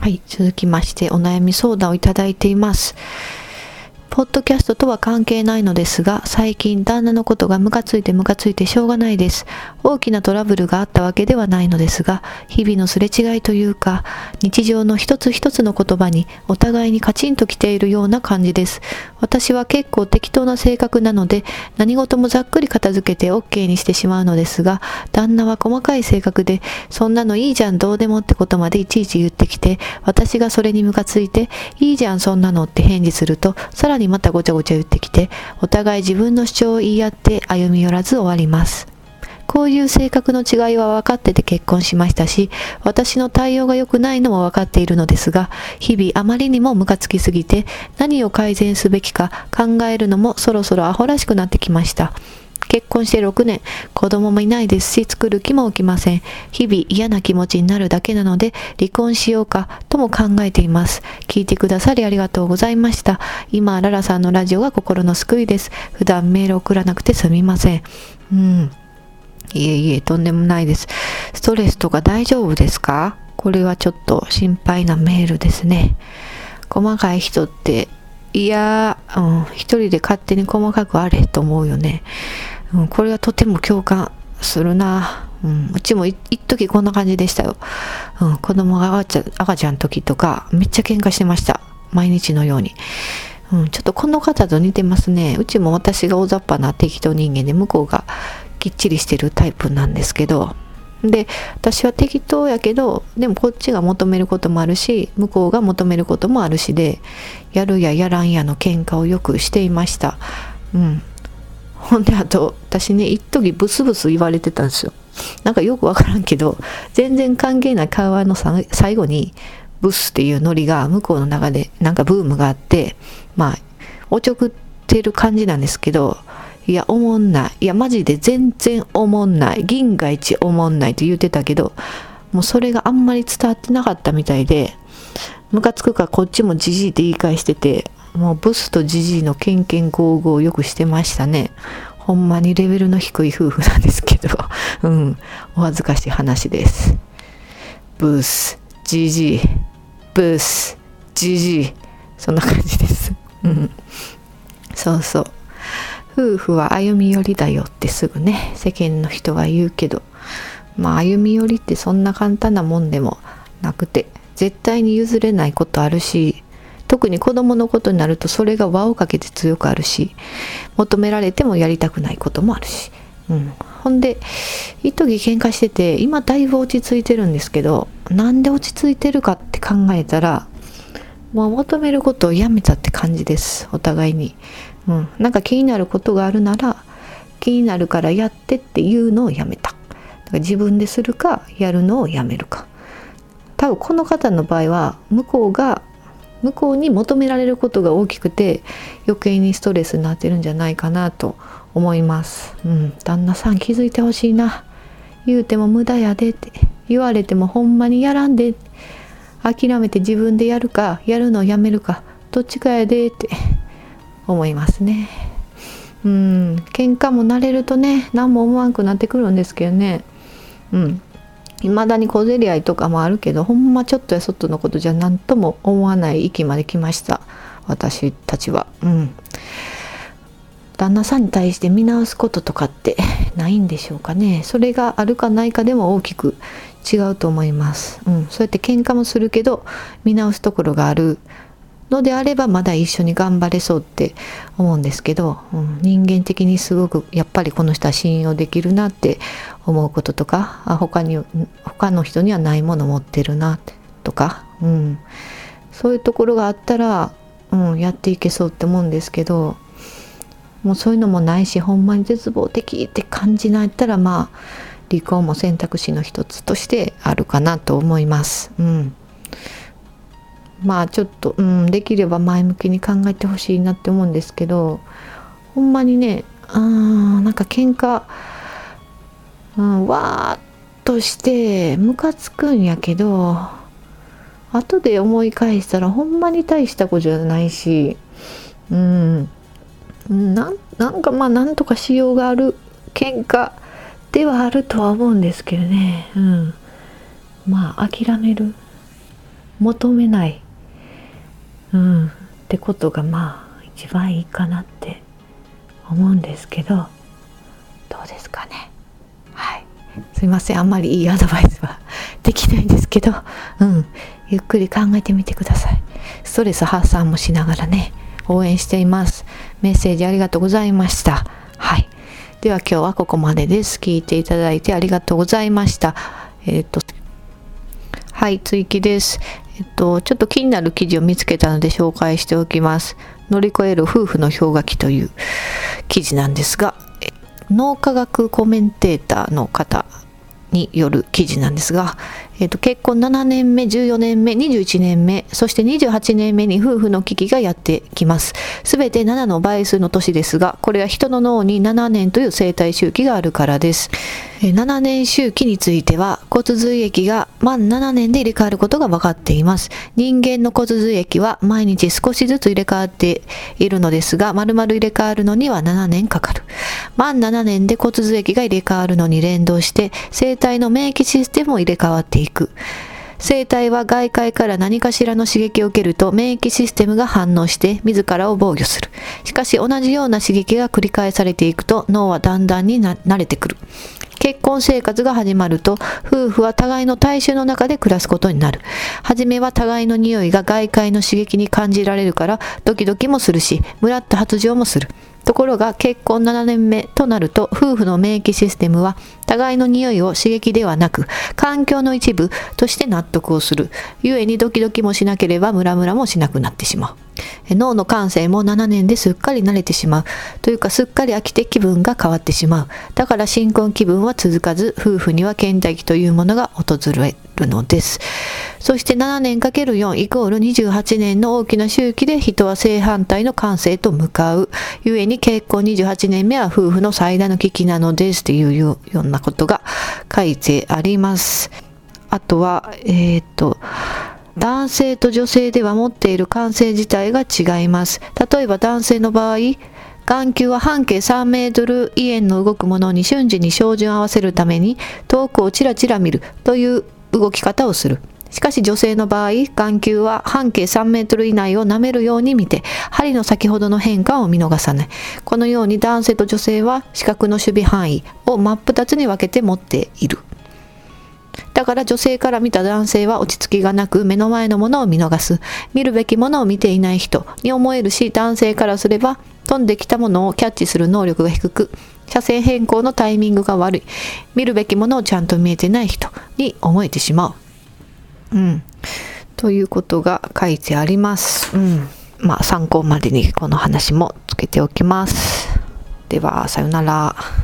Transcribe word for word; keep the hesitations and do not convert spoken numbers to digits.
はい、続きましてお悩み相談をいただいています。ポッドキャストとは関係ないのですが、最近旦那のことがムカついてムカついてしょうがないです。大きなトラブルがあったわけではないのですが、日々のすれ違いというか、日常の一つ一つの言葉にお互いにカチンときているような感じです。私は結構適当な性格なので、何事もざっくり片付けて OK にしてしまうのですが、旦那は細かい性格で、そんなのいいじゃんどうでもってことまでいちいち言ってきて、私がそれにムカついて、いいじゃんそんなのって返事すると、さらにまたごちゃごちゃ言ってきて、お互い自分の主張を言い合って歩み寄らず終わります。こういう性格の違いは分かってて結婚しましたし、私の対応が良くないのも分かっているのですが、日々あまりにもムカつきすぎて、何を改善すべきか考えるのもそろそろアホらしくなってきました。結婚してろくねん、子供もいないですし、作る気も起きません。日々嫌な気持ちになるだけなので、離婚しようかとも考えています。聞いてくださりありがとうございました。今、ララさんのラジオが心の救いです。普段メール送らなくてすみません。うん。いえいえ、とんでもないです。ストレスとか大丈夫ですか？これはちょっと心配なメールですね。細かい人って、いや、うん、一人で勝手に細かくあれと思うよね。うん、これはとても共感するな。うん、うちもい一時こんな感じでしたよ。うん、子供が赤ちゃん、赤ちゃんの時とかめっちゃ喧嘩してました。毎日のように。うん、ちょっとこの方と似てますね。うちも私が大雑把な適当人間で、向こうがきっちりしてるタイプなんですけど。で、私は適当やけど、でもこっちが求めることもあるし、向こうが求めることもあるしで、やるややらんやの喧嘩をよくしていました。うん。ほんで、あと、私ね、一時ブスブス言われてたんですよ。なんかよくわからんけど、全然関係ない会話のさ最後に、ブスっていうノリが向こうの中でなんかブームがあって、まあ、おちょくってる感じなんですけど、いや、おもんない。いや、マジで全然おもんない。銀河一おもんないって言ってたけど、もうそれがあんまり伝わってなかったみたいで、ムカつくからこっちもジジイって言い返してて、もうブスとジジイのケンケンゴーゴーよくしてましたね。ほんまにレベルの低い夫婦なんですけど、うん、お恥ずかしい話です。ブス、ジジイ、ブス、ジジイ、そんな感じです。うん、そうそう。夫婦は歩み寄りだよってすぐね、世間の人は言うけど、まあ歩み寄りってそんな簡単なもんでもなくて、絶対に譲れないことあるし、特に子供のことになるとそれが輪をかけて強くあるし、求められてもやりたくないこともあるし、うん、ほんで一時喧嘩してて、今だいぶ落ち着いてるんですけど、なんで落ち着いてるかって考えたら、もう求めることをやめたって感じです。お互いに、うん、なんか気になることがあるなら気になるからやってっていうのをやめた。だから自分でするかやるのをやめるか。多分この方の場合は向こうが向こうに求められることが大きくて余計にストレスになってるんじゃないかなと思います。うん、旦那さん気づいてほしいな。言うても無駄やでって言われてもほんまにやらんで、諦めて自分でやるかやるのをやめるかどっちかやでって思いますね。うん、喧嘩も慣れるとね、何も思わんくなってくるんですけどね。うん。未だに小競り合いとかもあるけど、ほんまちょっとやそっとのことじゃ何とも思わない域まで来ました。私たちは。うん。旦那さんに対して見直すこととかってないんでしょうかね。それがあるかないかでも大きく違うと思います。うん。そうやって喧嘩もするけど、見直すところがあるのであればまだ一緒に頑張れそうって思うんですけど、うん、人間的にすごくやっぱりこの人は信用できるなって思うこととか、あ、他に他の人にはないもの持ってるなとか、うん、そういうところがあったら、うん、やっていけそうって思うんですけど、もうそういうのもないし、ほんまに絶望的って感じないったら、まあ離婚も選択肢の一つとしてあるかなと思います。うん、まあちょっと、うん、できれば前向きに考えてほしいなって思うんですけど、ほんまにね、あーなんか喧嘩、うん、わーっとしてムカつくんやけど、後で思い返したらほんまに大したことじゃないし、うん、なんなんかまあなんとかしようがある喧嘩ではあるとは思うんですけどね、うん、まあ諦める、 求めない、うん、ってことがまあ一番いいかなって思うんですけど、どうですかね。はい、すいません、あんまりいいアドバイスはできないんですけど、うん、ゆっくり考えてみてください。ストレス発散もしながらね、応援しています。メッセージありがとうございました。はい、では今日はここまでです。聞いていただいてありがとうございました。えっとはい、追記です。えっとちょっと気になる記事を見つけたので紹介しておきます。乗り越える夫婦の氷河期という記事なんですが、脳科学コメンテーターの方による記事なんですが、えー、と結婚ななねんめ、じゅうよねんめ、にじゅういちねんめ、そしてにじゅうはちねんめに夫婦の危機がやってきます。すべてななの倍数の年ですが、これは人の脳にななねんという生体周期があるからです。えー、ななねん周期については骨髄液が満ななねんで入れ替わることが分かっています。人間の骨髄液は毎日少しずつ入れ替わっているのですが、丸々入れ替わるのにはななねんかかる。満ななねんで骨髄液が入れ替わるのに連動して生体の免疫システムも入れ替わっていく。生体は外界から何かしらの刺激を受けると免疫システムが反応して自らを防御する。しかし同じような刺激が繰り返されていくと脳はだんだんにな慣れてくる。結婚生活が始まると夫婦は互いの体臭の中で暮らすことになる。はじめは互いの匂いが外界の刺激に感じられるからドキドキもするし、ムラっと発情もする。ところが結婚ななねんめとなると夫婦の免疫システムは互いの匂いを刺激ではなく環境の一部として納得をする。ゆえにドキドキもしなければムラムラもしなくなってしまう。脳の感性もななねんですっかり慣れてしまう。というかすっかり飽きて気分が変わってしまう。だから新婚気分は続かず、夫婦には倦怠期というものが訪れるのです。そしてななねんかけるよん イコールにじゅうはちねんの大きな周期で人は正反対の感性と向かう。ゆえに結婚にじゅうはちねんめは夫婦の最大の危機なのですというようなことが書いてあります。あとは、えっと、男性と女性では持っている感性自体が違います。例えば男性の場合、眼球は半径さんメートル以内の動くものに瞬時に照準を合わせるために遠くをチラチラ見るという動き方をする。しかし女性の場合、眼球は半径さんメートル以内を舐めるように見て、針の先ほどの変化を見逃さない。このように男性と女性は視覚の守備範囲を真っ二つに分けて持っている。だから女性から見た男性は落ち着きがなく目の前のものを見逃す。見るべきものを見ていない人に思えるし、男性からすれば飛んできたものをキャッチする能力が低く、車線変更のタイミングが悪い。見るべきものをちゃんと見えてない人に思えてしまう。うん。ということが書いてあります。うん。まあ参考までにこの話もつけておきます。では、さよなら。